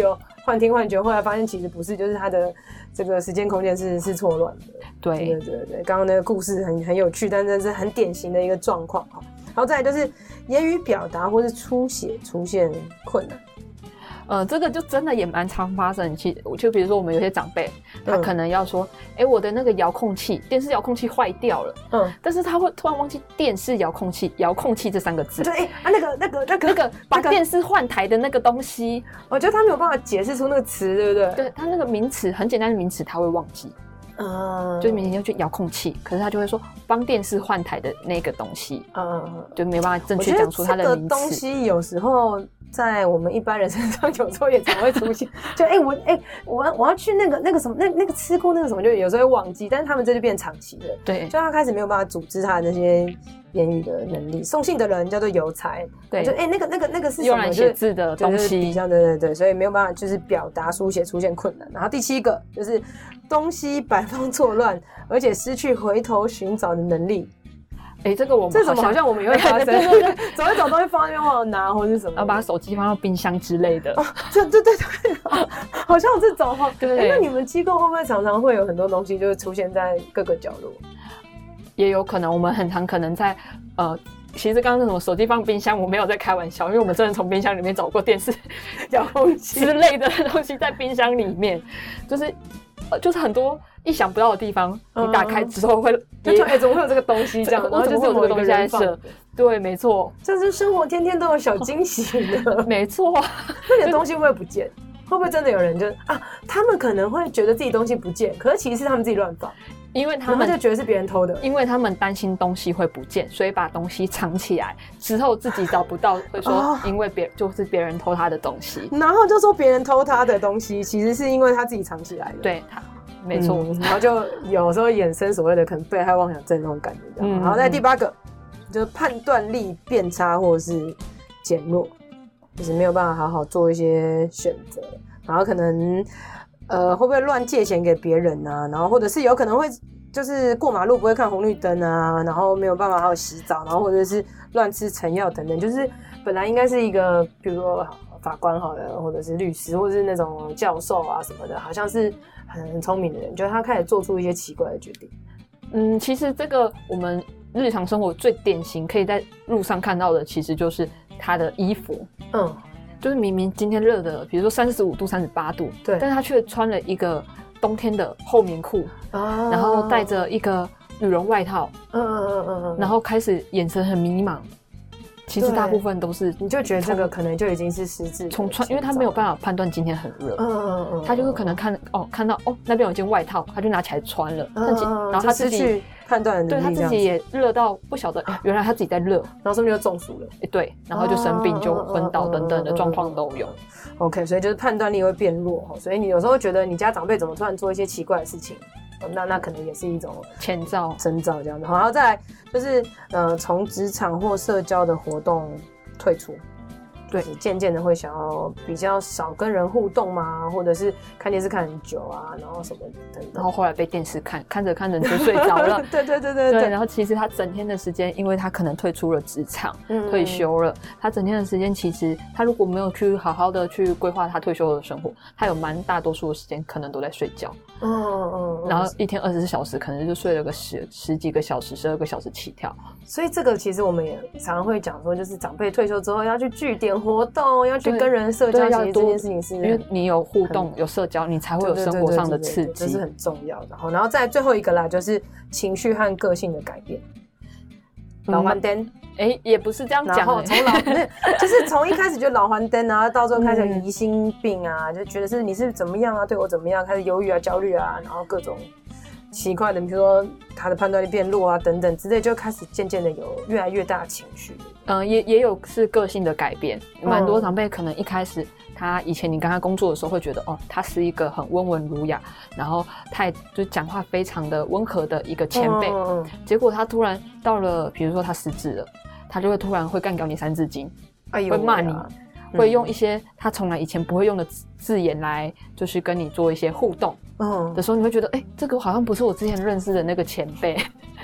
幻听幻觉，后来发现其实不是，就是他的这个时间空间是是错乱的。 对对对对，刚刚那个故事很很有趣，但这是很典型的一个状况哈。然后再来就是言语表达或是书写出现困难。 呃，这个就真的也蛮常发生。其就比如说我们有些长辈，他可能要说，哎、嗯欸，我的那个遥控器，电视遥控器坏掉了，嗯，但是他会突然忘记电视遥控器，遥控器这三个字。 对，哎、欸、啊，那个那个那个那个把电视换台的那个东西， 我觉得他没有办法解释出那个词，对不对？ 对，他那个名词很简单的名词，他会忘记。嗯，就明天要去遥控器，可是他就会说帮电视换台的那个东西，嗯，就没办法正确讲出它的名词。 这个东西有时候在我们一般人身上，有时候也常会出现。就哎、欸，我哎、欸，我我要去那个那个什么，那那个吃过那个什么，就有时候会忘记，但是他们这就变长期了。 对， 就他开始没有办法组织他的那些言语的能力。送信的人叫做邮差， 对， 就哎、欸、那个那个那个是什么？ 用来写字的东西， 比较对对对，所以没有办法就是表达书写出现困难。然后第七个就是东西摆放错乱，而且失去回头寻找的能力。 哎、欸，这个我们这种好像我们也会发生，对对对，走一走东西放在那边忘了拿或者是什么， 然后把手机放到冰箱之类的。 哦，对对对对，好像有这种哈。 对、 欸，那你们机构会不会常常会有很多东西就是出现在各个角落？ 也有可能，我们很常可能在呃。其实刚刚那种手机放冰箱，我没有在开玩笑，因为我们真的从冰箱里面找过电视、遥控器之类的东西在冰箱里面，就是呃，就是很多意想不到的地方，嗯、你打开之后会， 就哎、欸，怎么会有这个东西这样？然后就是某一个人放， 对，没错， 就是生活天天都有小惊喜的， 没错。 那你的东西会不会不见？会不会真的有人就啊？他们可能会觉得自己东西不见，可是其实是他们自己乱放。 因为他们就觉得是别人偷的， 因为他们担心东西会不见，所以把东西藏起来，之后自己找不到，会说因为别就是别人偷他的东西， 然后就说别人偷他的东西，其实是因为他自己藏起来的。 对，他没错、 嗯，然后就有时候衍生所谓的可能被害妄想症那种感觉。嗯，然后在第八个就是判断力变差或者是减弱，就是没有办法好好做一些选择，然后可能。呃，会不会乱借钱给别人啊？然后或者是有可能会就是过马路不会看红绿灯啊，然后没有办法好好洗澡，然后或者是乱吃成药等等，就是本来应该是一个，比如说法官好了，或者是律师，或者是那种教授啊什么的，好像是很很聪明的人，就他开始做出一些奇怪的决定。 嗯，其实这个我们日常生活最典型可以在路上看到的，其实就是他的衣服。嗯。就是明明今天热的，比如说三十五度、三十八度，对，但是他却穿了一个冬天的厚棉裤，啊，然后带着一个羽绒外套，嗯嗯嗯嗯嗯，然后开始眼神很迷茫。其实大部分都是， 你就觉得这个可能就已经是失智， 从穿，因为他没有办法判断今天很热，嗯嗯嗯，他就是可能看哦看到哦那边有一件外套，他就拿起来穿了，嗯嗯，然后他自己判断的能力， 对他自己也热到不晓得，原来他自己在热， 然后是不是就中暑了？ 欸、对，然后就生病就昏倒等等的状况都有。 OK， 所以就是判断力会变弱，所以你有时候觉得你家长辈怎么突然做一些奇怪的事情。那那可能也是一种前兆、 征兆这样子，然后再来就是呃，从职场或社交的活动退出，对，渐渐的会想要比较少跟人互动嘛，或者是看电视看很久啊，然后什么等等， 然后后来被电视看看着看着就睡着了， 对对对对 对, 对，然后其实他整天的时间，因为他可能退出了职场，嗯、退休了，他整天的时间其实他如果没有去好好的去规划他退休的生活，他有蛮大多数的时间可能都在睡觉。嗯嗯嗯，然后一天二十四小时，可能就睡了个十十几个小时、十二个小时起跳。 所以这个其实我们也常常会讲说，就是长辈退休之后要去据点活动，要去跟人社交，其实这件事情是因为你有互动、有社交，你才会有生活上的刺激， 这是很重要的。然后再最后一个啦，就是情绪和个性的改变。老还灯， 哎、欸，也不是这样讲、欸。 然后从老，就是从一开始就老还灯，然后到最后开始疑心病啊，嗯、就觉得是你是怎么样啊，对我怎么样，开始忧郁啊、焦虑啊，然后各种奇怪的，比如说他的判断力变弱啊等等之类，就开始渐渐的有越来越大的情绪。 嗯、呃，也也有是个性的改变，蛮多长辈可能一开始。他以前你跟他工作的时候会觉得哦，他是一个很温文儒雅，然后他就讲话非常的温和的一个前辈、嗯嗯、结果他突然到了比如说他失智了，他就会突然会干掉你三字经、哎、会骂你、嗯、会用一些他从来以前不会用的字眼来就是跟你做一些互动的时候、嗯、你会觉得哎、欸，这个好像不是我之前认识的那个前辈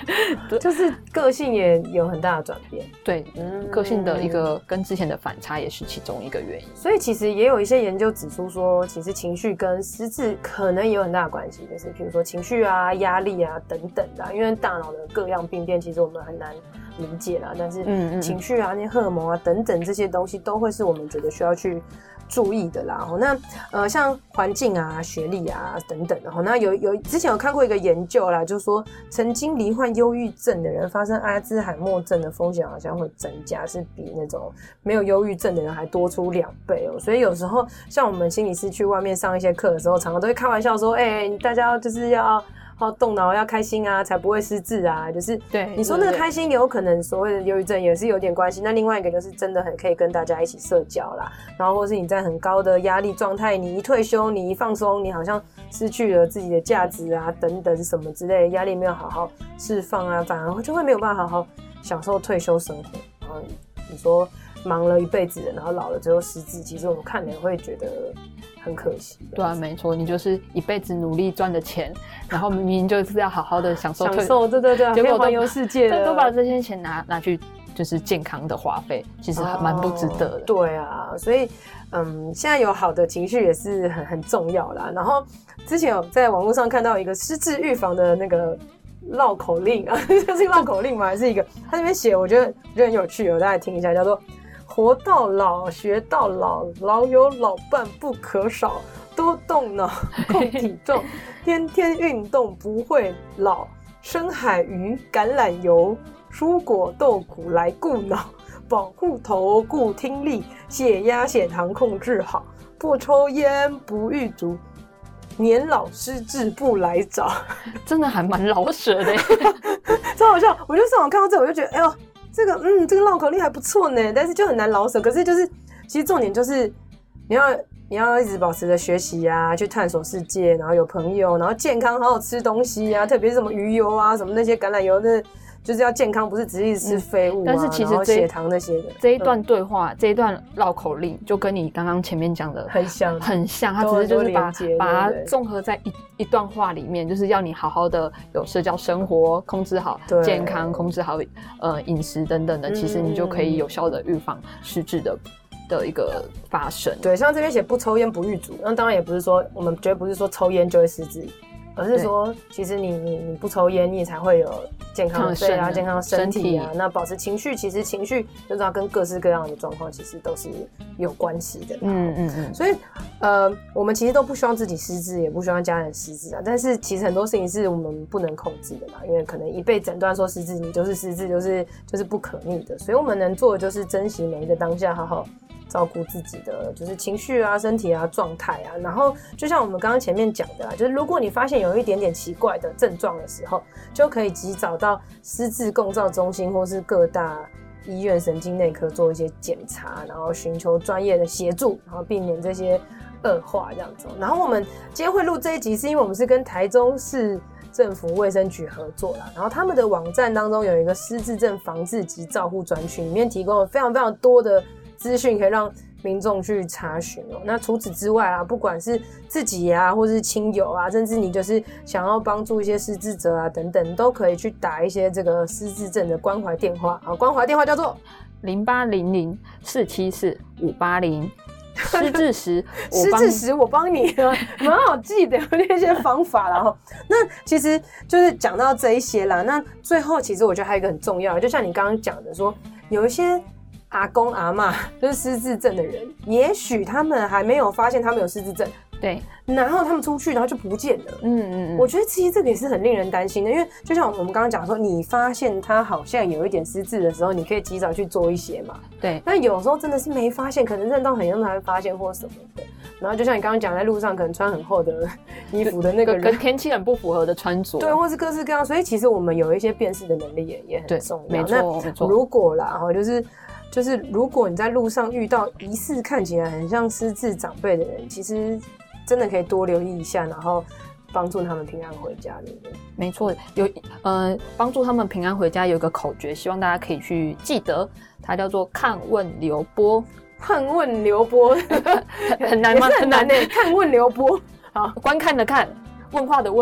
就是个性也有很大的转变。 对，嗯，个性的一个跟之前的反差也是其中一个原因。 所以其实也有一些研究指出说，其实情绪跟失智可能也有很大的关系，就是譬如说情绪啊、压力啊等等的，因为大脑的各样病变，其实我们很难理解啦。但是情绪啊、那些荷尔蒙啊等等这些东西，都会是我们觉得需要去注意的啦。那呃，像环境啊、学历啊等等的。那有有之前有看过一个研究啦，就是说曾经罹患忧郁症的人，发生阿兹海默症的风险好像会增加，是比那种没有忧郁症的人还多出两倍哦。所以有时候像我们心理师去外面上一些课的时候，常常都会开玩笑说：“哎、欸，大家就是要。”好动脑要开心啊，才不会失智啊。就是对你说那个开心，有可能所谓的忧郁症也是有点关系。那另外一个就是真的很可以跟大家一起社交啦，然后或是你在很高的压力状态，你一退休，你一放松，你好像失去了自己的价值啊，等等什么之类的，压力没有好好释放啊，反而就会没有办法好好享受退休生活。然后你说忙了一辈子了，然后老了之后失智，其实我们看了会觉得很可惜。 对啊，没错，你就是一辈子努力赚的钱，然后明明就是要好好的享受退享受，对对对，结果环游世界了， 都把这些钱拿拿去就是健康的花费，其实蛮不值得的。哦、 对啊，所以嗯，现在有好的情绪也是很很重要啦。然后之前有在网络上看到一个失智预防的那个绕口令啊，这是绕口令吗？还是一个？他那边写，我觉得我觉得很有趣，我大家听一下，叫做。活到老，学到老，老有老伴不可少。多动脑，控体重，天天运动不会老。深海鱼、橄榄油、蔬果豆腐来顾脑，保护头顾听力，血压血糖控制好。不抽烟不酗竹，年老失智不来找。 真的还蛮老舍的， 超好笑！我就上网看到这，我就觉得，哎呦。这个嗯，这个绕口令还不错呢，但是就很难老舍。可是就是，其实重点就是你要你要一直保持着学习啊，去探索世界，然后有朋友，然后健康，好好吃东西啊，特别是什么鱼油啊，什么那些橄榄油，那就是要健康，不是只是一直吃废物啊。嗯、 但是其实血糖那些的这一段对话，嗯、这一段绕口令，就跟你刚刚前面讲的很像， 很像。它只是就是把把它综合在一一段话里面，就是要你好好的有社交生活，控制好健康，控制好呃饮食等等的，嗯、其实你就可以有效的预防失智的。的一个发生。 对，像这边写不抽烟不酗竹，那当然也不是说我们绝对不是说抽烟就会失智，而是说其实你你你不抽烟，你也才会有健康的肺啊、健康的身体啊。那保持情绪，其实情绪就是它跟各式各样的状况其实都是有关系的。嗯嗯嗯。所以呃，我们其实都不希望自己失智，也不希望家人失智啊。但是其实很多事情是我们不能控制的嘛，因为可能一被诊断说失智，你就是失智，就是就是不可逆的。所以我们能做的就是珍惜每一个当下，好好照顾自己的就是情绪啊、身体啊、状态啊，然后就像我们刚刚前面讲的啊，就是如果你发现有一点点奇怪的症状的时候，就可以及早到失智共照中心或是各大医院神经内科做一些检查，然后寻求专业的协助，然后避免这些恶化这样子。然后我们今天会录这一集，是因为我们是跟台中市政府卫生局合作啦，然后他们的网站当中有一个失智症防治及照护专区，里面提供了非常非常多的资讯可以让民众去查询哦。那除此之外啊，不管是自己啊，或是亲友啊，甚至你就是想要帮助一些失智者啊等等，都可以去打一些这个失智症的关怀电话啊。关怀电话叫做零八零零四七四五八零。失智时， 失智时我帮你，蛮好记的，有那些方法啦。哈，那其实就是讲到这一些啦。那最后，其实我觉得还有一个很重要的，就像你刚刚讲的说，有一些阿公阿嬷就是失智症的人，也许他们还没有发现他们有失智症。 对， 然后他们出去，然后就不见了。嗯嗯嗯，我觉得其实这个也是很令人担心的，因为就像我们刚刚讲说，你发现他好像有一点失智的时候，你可以及早去做一些嘛。 对， 那有时候真的是没发现，可能认到很严重才会发现或什么的。然后就像你刚刚讲，在路上可能穿很厚的衣服的那个人， 跟天气很不符合的穿着， 对，或是各式各样，所以其实我们有一些辨识的能力也也很重要。 没错，没错。 如果啦，哈，就是就是，如果你在路上遇到疑似看起来很像失智长辈的人，其实真的可以多留意一下，然后帮助他们平安回家，对不对？ 没错，有呃帮助他们平安回家有一个口诀，希望大家可以去记得，它叫做看问留波。 看问留波很难吗？ 很难呢。看问留波，好， 观看的看，问话的问，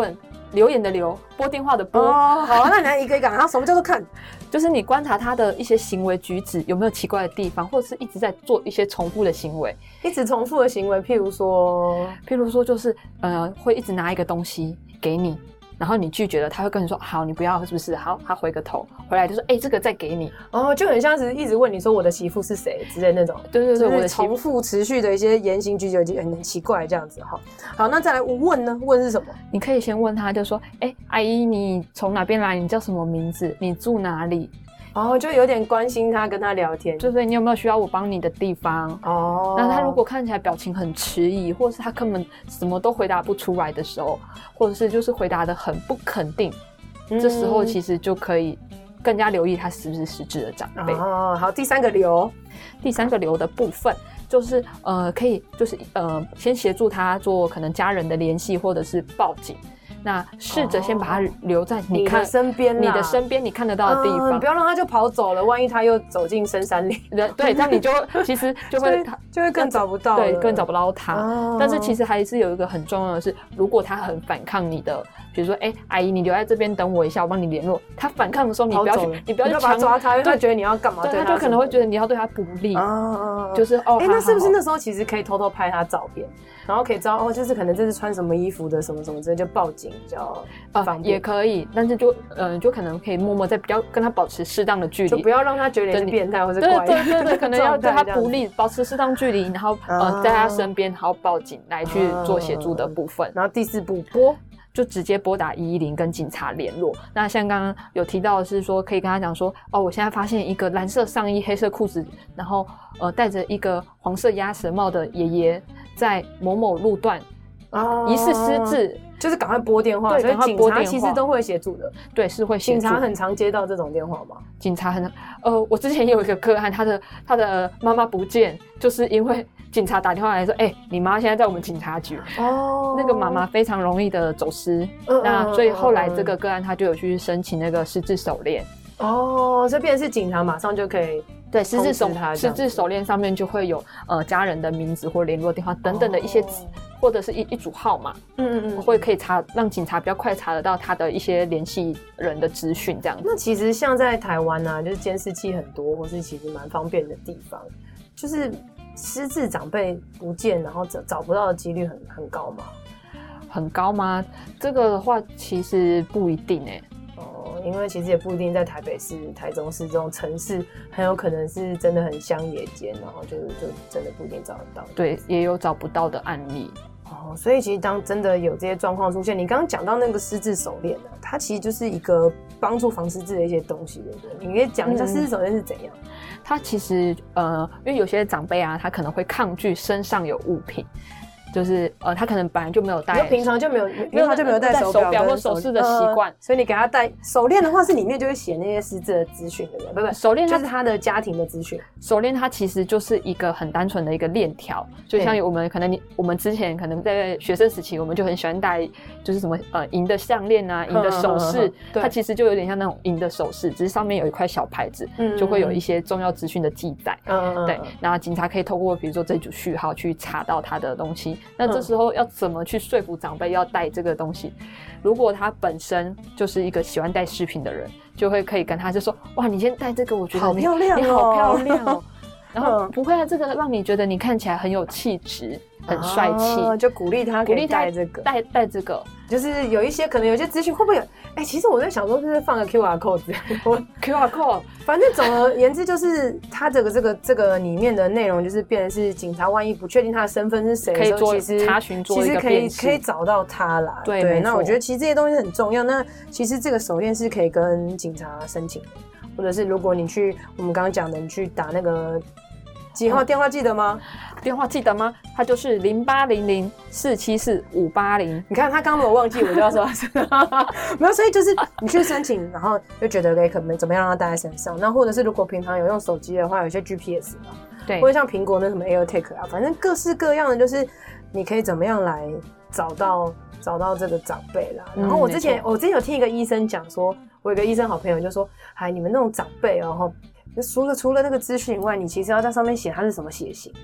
留言的留，拨电话的拨。 哦，好，那你来一个一个，然后什么叫做看？ 就是你观察他的一些行为举止有没有奇怪的地方，或者是一直在做一些重复的行为， 一直重复的行为，譬如说， 譬如说就是呃会一直拿一个东西给你，然后你拒绝了，他会跟你说好，你不要是不是？好，他回个头回来就说哎、欸，这个再给你。 哦，就很像是一直问你说我的媳妇是谁之类那种。 对对对， 我的重复持续的一些言行举止很很奇怪这样子哈。好，那再来问呢？问是什么？ 你可以先问他，就说哎、欸，阿姨你从哪边来？你叫什么名字？你住哪里？ 哦，就有点关心他，跟他聊天， 就是你有没有需要我帮你的地方？ 哦， 那他如果看起来表情很迟疑，或者是他根本什么都回答不出来的时候，或者是就是回答的很不肯定，嗯、这时候其实就可以更加留意他是不是失智的长辈。 哦，好，第三个留， 第三个留的部分就是呃，可以就是呃，先协助他做可能家人的联系，或者是报警。那试着先把他留在你看、 哦、你的身边， 你的身边你看得到的地方， 嗯、不要让他就跑走了。万一他又走进深山里， 对，这样你就其实就会就会更找不到了， 对，更找不到他。 哦、 但是其实还是有一个很重要的是，如果他很反抗你的，比如说，哎、欸，阿姨，你留在这边等我一下，我帮你联络。他反抗的时候，你不要去，你不要去把他抓他，因为他觉得你要干嘛？ 对， 对他就可能会觉得你要对他不利。 哦， 就是哦， 哎、欸，那是不是那时候其实可以偷偷拍他照片，然后可以知道哦，就是可能这是穿什么衣服的，什么什么之类，就报警比较。 呃，也可以，但是就呃，就可能可以默默在比较跟他保持适当的距离， 就不要让他觉得你是变态或是怪。 对对对对，可能要对他不利，保持适当距离，然后呃， 啊、 在他身边，然后报警来去做协助的部分。 啊、然后第四步拨， 就直接拨打一一零跟警察联络。那像刚刚有提到的是说，可以跟他讲说，哦，我现在发现一个蓝色上衣、黑色裤子，然后呃戴着一个黄色鸭舌帽的爷爷在某某路段啊疑似失智。 就是赶快拨电话，所以警察其实都会协助的。 对，是会协助。 警察很常接到这种电话吗？ 警察很呃，我之前也有一个个案，他的他的妈妈不见，就是因为警察打电话来说，哎、欸，你妈现在在我们警察局。哦。那个妈妈非常容易的走失，嗯、那所以后来这个个案他就有去申请那个失智手链。 哦，这变成是警察马上就可以。 对，失智手失智手链上面就会有呃家人的名字或联络电话等等的一些、哦、或者是一一组号码，嗯嗯嗯，会可以查让警察比较快查得到他的一些联系人的资讯这样子。 那其实像在台湾啊，就是监视器很多，或是其实蛮方便的地方，就是失智长辈不见，然后找找不到的几率很很高吗？ 很高吗？这个的话其实不一定哎、欸。 因为其实也不一定在台北市、台中市这种城市，很有可能是真的很乡野间，然后就就真的不一定找得到。 对，也有找不到的案例。 哦，所以其实当真的有这些状况出现，你刚刚讲到那个失智手链啊，它其实就是一个帮助防失智的一些东西，对不对？你可以讲一下失智手链是怎样？嗯、 它其实呃，因为有些长辈啊，他可能会抗拒身上有物品。就是呃，他可能本来就没有戴， 平常就没有，平常就没有戴手表或首饰的习惯、呃， 所以你给他戴手链的话，是里面就会写那些失智的资讯，对不对？不不，手链就是他的家庭的资讯。 手链它其实就是一个很单纯的一个链条，就像我们可能你我们之前可能在学生时期，我们就很喜欢戴就是什么呃银的项链啊、银的首饰，它其实就有点像那种银的首饰，只是上面有一块小牌子，嗯、就会有一些重要资讯的记载。嗯，对，那警察可以透过比如说这组序号去查到他的东西。那这时候要怎么去说服长辈要带这个东西？如果他本身就是一个喜欢戴饰品的人，就会可以跟他就说：哇，你先戴这个，我觉得你好漂亮哦， 你好漂亮哦。然后不会啊，这个让你觉得你看起来很有气质，很帅气、 啊，就鼓励他可以戴这个， 戴戴这个。 就是有一些可能有些资讯会不会有？哎、欸，其实我在想说，就是放个 Q R code， Q R code， 反正总而言之，就是它这个这个这个里面的内容，就是变成是警察万一不确定他的身份是谁的时候， 可以做查询，做一个辨识， 其实可以可以找到他啦。 对， 对那我觉得其实这些东西很重要。那其实这个手链是可以跟警察申请的，或者是如果你去我们刚刚讲的，你去打那个。几号电话记得吗？ 电话记得吗？它就是零八零零四七四五八零。 你看他刚刚我忘记，我就要说没有，所以就是你去申请，然后就觉得可能怎么样让他带在身上。那或者是如果平常有用手机的话，有些 G P S 嘛， 对， 或者像苹果那什么 AirTag 啊，反正各式各样的，就是你可以怎么样来找到找到这个长辈啦。然后我之前、嗯、我之前有听一个医生讲说，我有个医生好朋友就说，哎，你们那种长辈哦。除了除了那个资讯以外，你其实要在上面写他是什么血型，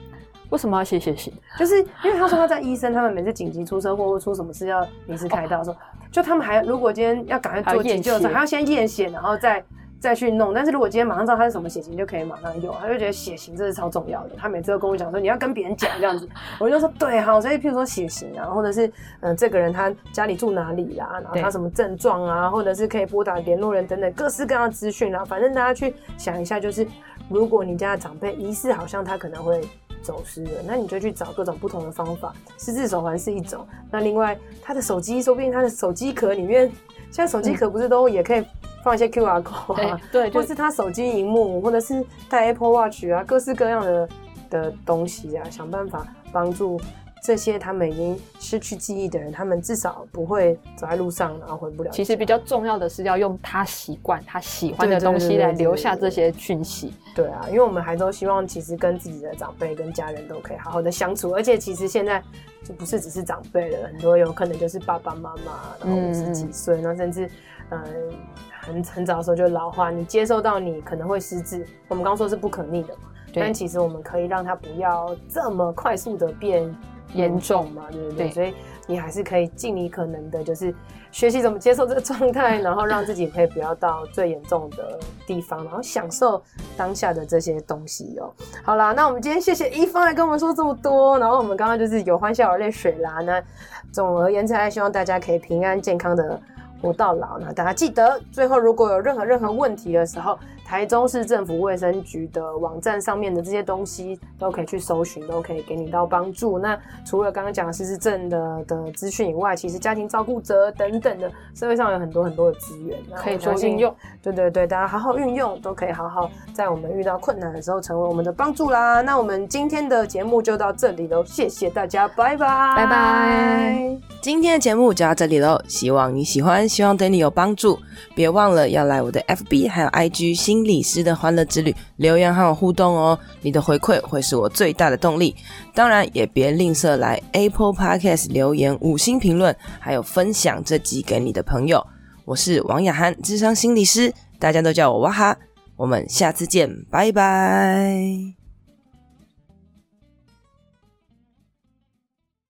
为什么要写血型？ 就是因为他说他在医生，他们每次紧急出车祸或出什么事要临时开刀的时候，哦、就他们还如果今天要赶快做急救的时候，还要先验血，然后再再去弄。但是如果今天马上知道他是什么血型，就可以马上用。他就觉得血型这是超重要的，他每次都跟我讲说你要跟别人讲这样子，我就说对好，所以譬如说血型啊，或者是嗯这个人他家里住哪里啦，然后他什么症状啊，或者是可以拨打联络人等等各式各样的资讯啦，反正大家去想一下，就是如果你家的长辈疑似好像他可能会走失了，那你就去找各种不同的方法，失智手环是一种。那另外他的手机，说不定他的手机壳里面，现在手机壳不是都也可以放一些 Q R code 啊， 对， 或是他手机萤幕，或者是戴 Apple Watch 啊，各式各样的的东西啊，想办法帮助这些他们已经失去记忆的人，他们至少不会走在路上然后回不了家。 其实比较重要的是要用他习惯他喜欢的东西来留下这些讯息。 对啊，因为我们还都希望其实跟自己的长辈跟家人都可以好好的相处，而且其实现在就不是只是长辈了，很多有可能就是爸爸妈妈，然后五十几岁，那、嗯、甚至嗯很很早的时候就老化，你接受到你可能会失智，我们刚刚说是不可逆的嘛，但其实我们可以让它不要这么快速的变严重嘛，对不对？对，所以你还是可以尽你可能的，就是学习怎么接受这个状态，然后让自己可以不要到最严重的地方，然后享受当下的这些东西哦。好啦，那我们今天谢谢一方来跟我们说这么多，然后我们刚刚就是有欢笑有泪水啦。那总而言之，还希望大家可以平安健康的活到老。那大家记得，最后如果有任何任何问题的时候，台中市政府卫生局的网站上面的这些东西都可以去搜寻，都可以给你到帮助。那除了刚刚讲的失智症的的资讯以外，其实家庭照顾者等等的社会上有很多很多的资源可以做运用。 对对对，大家好好运用，都可以好好在我们遇到困难的时候成为我们的帮助啦。那我们今天的节目就到这里咯，谢谢大家，拜拜， 拜拜。 今天的节目就到这里咯，希望你喜欢，希望对你有帮助。别忘了要来我的 F B 还有 I G 心理师的欢乐之旅留言和我互动哦，你的回馈会是我最大的动力。当然也别吝啬来 Apple Podcast 留言五星评论，还有分享这集给你的朋友。我是王雅涵，諮商心理师，大家都叫我哇哈，我们下次见，拜拜。